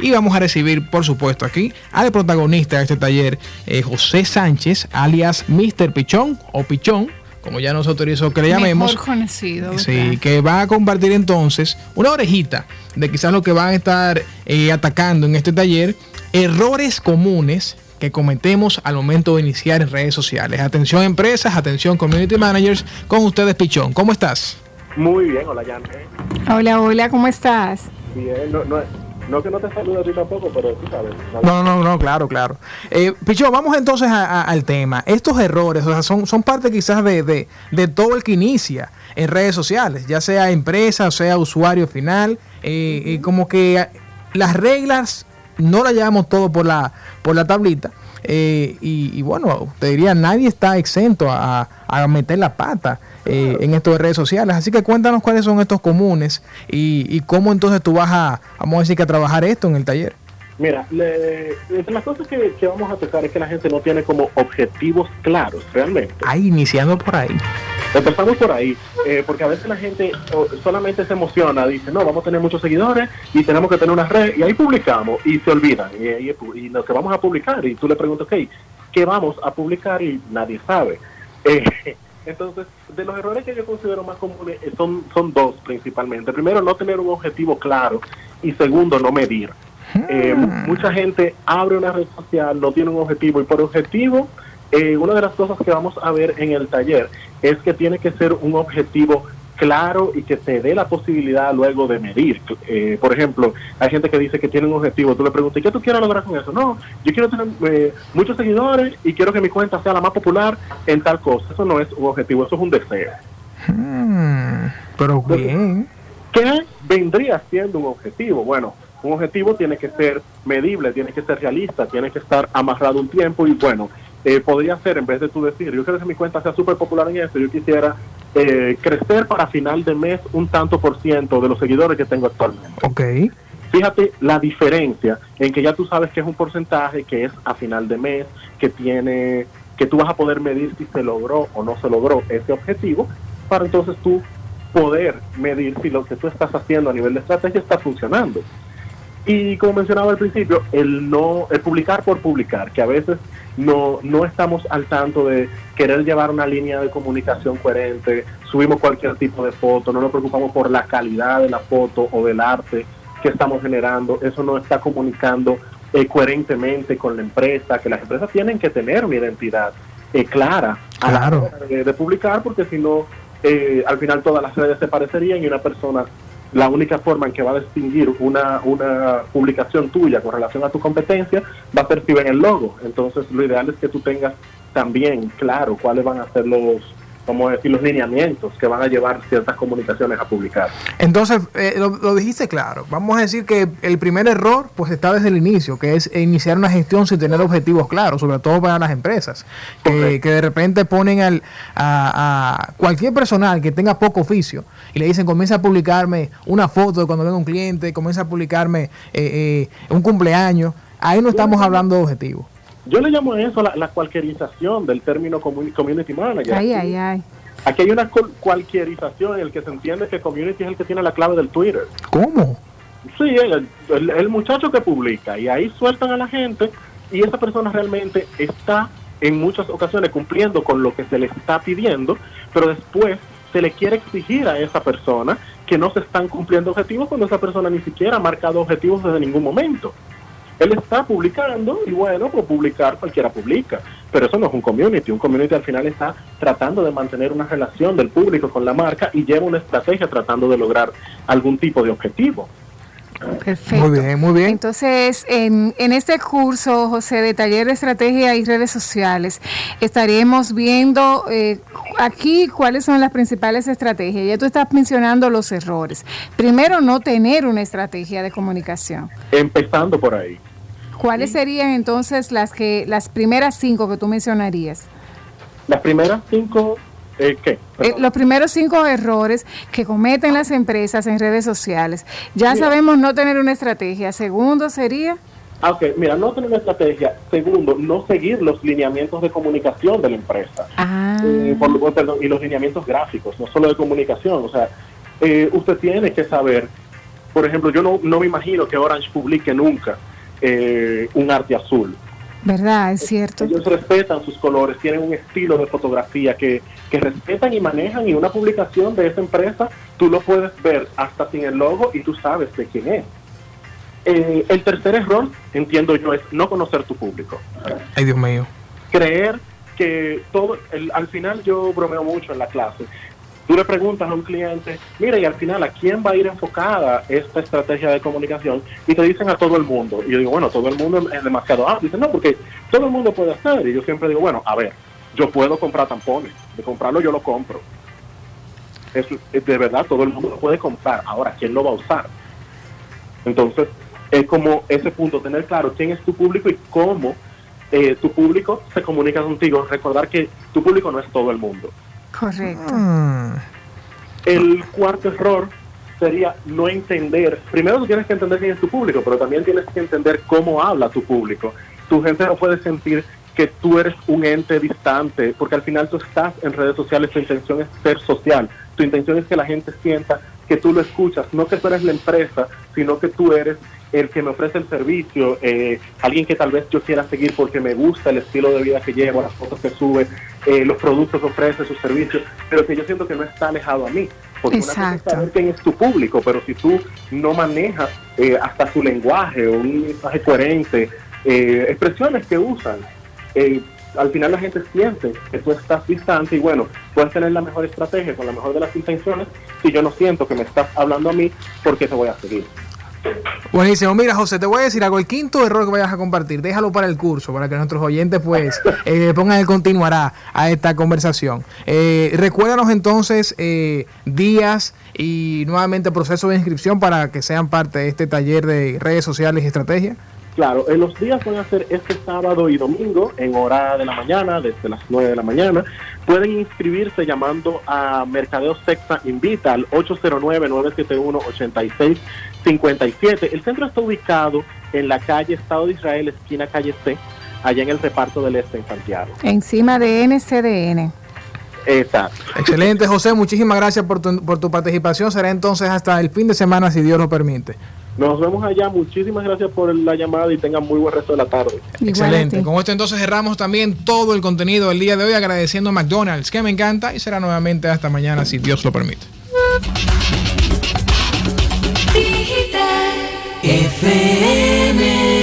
y vamos a recibir, por supuesto, aquí al protagonista de este taller, José Sánchez, alias Mr. Pichón o Pichón, como ya nos autorizó que le llamemos. Mejor conocido. Sí, que va a compartir entonces una orejita de quizás lo que van a estar atacando en este taller, errores comunes que cometemos al momento de iniciar en redes sociales. Atención empresas, atención community managers, con ustedes Pichón. ¿Cómo estás? Muy bien, hola Jan. Hola, ¿cómo estás? Bien, no que no te salude a ti tampoco, pero tú sabes. No, claro. Pichón, vamos entonces al tema. Estos errores, o sea, son parte quizás de todo el que inicia en redes sociales, ya sea empresa o sea usuario final, como que las reglas no las llevamos todo por la tablita. Y bueno, te diría, nadie está exento a meter la pata en esto de redes sociales. Así que cuéntanos cuáles son estos comunes y cómo entonces tú vas vamos a decir, que a trabajar esto en el taller. Mira, las cosas que vamos a tocar es que la gente no tiene como objetivos claros, realmente. Ahí, iniciando por ahí. Empezamos por ahí, porque a veces la gente solamente se emociona, dice, no, vamos a tener muchos seguidores y tenemos que tener una red, y ahí publicamos, y se olvidan, y lo que vamos a publicar, y tú le preguntas, ok, ¿qué vamos a publicar? Y nadie sabe. Entonces, de los errores que yo considero más comunes son dos principalmente. Primero, no tener un objetivo claro, y segundo, no medir. Mucha gente abre una red social, no tiene un objetivo, y por objetivo, una de las cosas que vamos a ver en el taller es que tiene que ser un objetivo claro y que te dé la posibilidad luego de medir. Por ejemplo, hay gente que dice que tiene un objetivo, tú le preguntas, ¿qué tú quieres lograr con eso? No, yo quiero tener muchos seguidores y quiero que mi cuenta sea la más popular en tal cosa. Eso no es un objetivo, eso es un deseo. Pero bien. ¿Qué vendría siendo un objetivo? Bueno, un objetivo tiene que ser medible, tiene que ser realista, tiene que estar amarrado un tiempo y bueno, podría ser, en vez de tú decir, yo quiero que mi cuenta sea súper popular en esto, yo quisiera crecer para final de mes un tanto % de los seguidores que tengo actualmente. Ok. Fíjate la diferencia en que ya tú sabes que es un porcentaje, que es a final de mes, que tú vas a poder medir si se logró o no se logró ese objetivo, para entonces tú poder medir si lo que tú estás haciendo a nivel de estrategia está funcionando. Y como mencionaba al principio, el publicar por publicar, que a veces no estamos al tanto de querer llevar una línea de comunicación coherente, subimos cualquier tipo de foto, no nos preocupamos por la calidad de la foto o del arte que estamos generando, eso no está comunicando coherentemente con la empresa, que las empresas tienen que tener una identidad clara a la hora de publicar, porque si no, al final todas las redes se parecerían y una persona, la única forma en que va a distinguir una publicación tuya con relación a tu competencia va a ser si ven el logo. Entonces lo ideal es que tú tengas también claro cuáles van a ser los lineamientos que van a llevar ciertas comunicaciones a publicar. Entonces, lo dijiste claro. Vamos a decir que el primer error pues está desde el inicio, que es iniciar una gestión sin tener objetivos claros, sobre todo para las empresas, que de repente ponen a cualquier personal que tenga poco oficio y le dicen, comienza a publicarme una foto de cuando venga un cliente, comienza a publicarme un cumpleaños. Ahí no estamos hablando de objetivos. Yo le llamo a eso la cualquierización del término community manager. Ay. Aquí hay una cualquierización en el que se entiende que community es el que tiene la clave del Twitter. ¿Cómo? Sí, el muchacho que publica, y ahí sueltan a la gente, y esa persona realmente está en muchas ocasiones cumpliendo con lo que se le está pidiendo, pero después se le quiere exigir a esa persona que no se están cumpliendo objetivos cuando esa persona ni siquiera ha marcado objetivos desde ningún momento. Él está publicando y bueno, por publicar cualquiera publica, pero eso no es un community. Un community al final está tratando de mantener una relación del público con la marca y lleva una estrategia tratando de lograr algún tipo de objetivo. Perfecto. Muy bien. Entonces, en este curso, José, de taller de estrategia y redes sociales, estaremos viendo aquí cuáles son las principales estrategias. Ya tú estás mencionando los errores. Primero, no tener una estrategia de comunicación. Empezando por ahí. ¿Cuáles serían entonces las primeras 5 que tú mencionarías? Las primeras 5... ¿qué? Los primeros 5 errores que cometen las empresas en redes sociales. Ya sabemos no tener una estrategia. Segundo sería... Mira, no tener una estrategia. Segundo, no seguir los lineamientos de comunicación de la empresa. Y los lineamientos gráficos, no solo de comunicación. O sea, usted tiene que saber Por ejemplo, yo no me imagino que Orange publique nunca un arte azul. ¿Verdad? Es cierto. Ellos respetan sus colores, tienen un estilo de fotografía que respetan y manejan, y una publicación de esa empresa tú lo puedes ver hasta sin el logo y tú sabes de quién es. El tercer error, entiendo yo, es no conocer tu público. Ay, Dios mío. Creer que todo, al final yo bromeo mucho en la clase. Tú le preguntas a un cliente, mira, y al final, ¿a quién va a ir enfocada esta estrategia de comunicación? Y te dicen a todo el mundo. Y yo digo, bueno, todo el mundo es demasiado amplio. Dicen, no, porque todo el mundo puede hacer. Y yo siempre digo, bueno, a ver, yo puedo comprar tampones. De comprarlo yo lo compro. Eso, de verdad, todo el mundo lo puede comprar. Ahora, ¿quién lo va a usar? Entonces, es como ese punto, tener claro quién es tu público y cómo tu público se comunica contigo. Recordar que tu público no es todo el mundo. Correcto. El cuarto error sería no entender. Primero tú tienes que entender quién es tu público, pero también tienes que entender cómo habla tu público. Tu gente no puede sentir que tú eres un ente distante, porque al final tú estás en redes sociales, tu intención es ser social. Tu intención es que la gente sienta que tú lo escuchas, no que tú eres la empresa, sino que tú eres el que me ofrece el servicio, alguien que tal vez yo quiera seguir porque me gusta el estilo de vida que llevo, las fotos que sube, los productos que ofrece, sus servicios, pero que yo siento que no está alejado a mí. Porque una cosa es saber quién es tu público, pero si tú no manejas hasta su lenguaje o un mensaje coherente, expresiones que usan, al final la gente siente que tú estás distante y bueno, puedes tener la mejor estrategia con la mejor de las intenciones. Si yo no siento que me estás hablando a mí, ¿por qué te voy a seguir? Buenísimo. Mira, José, te voy a decir algo. El quinto error que vayas a compartir, déjalo para el curso, para que nuestros oyentes pues pongan el continuará a esta conversación. Recuérdanos entonces días y nuevamente proceso de inscripción para que sean parte de este taller de redes sociales y estrategia. Claro, los días van a ser este sábado y domingo en hora de la mañana, desde las 9 de la mañana. Pueden inscribirse llamando a Mercadeo Sexa Invita al 809-971-8657. El centro está ubicado en la calle Estado de Israel, esquina calle C, allá en el reparto del Este en Santiago. Encima de NCDN. Exacto. Excelente, José. Muchísimas gracias por tu participación. Será entonces hasta el fin de semana, si Dios lo permite. Nos vemos allá. Muchísimas gracias por la llamada y tengan muy buen resto de la tarde. Excelente. Con esto entonces cerramos también todo el contenido del día de hoy, agradeciendo a McDonald's, que me encanta, y será nuevamente hasta mañana, si Dios lo permite. FM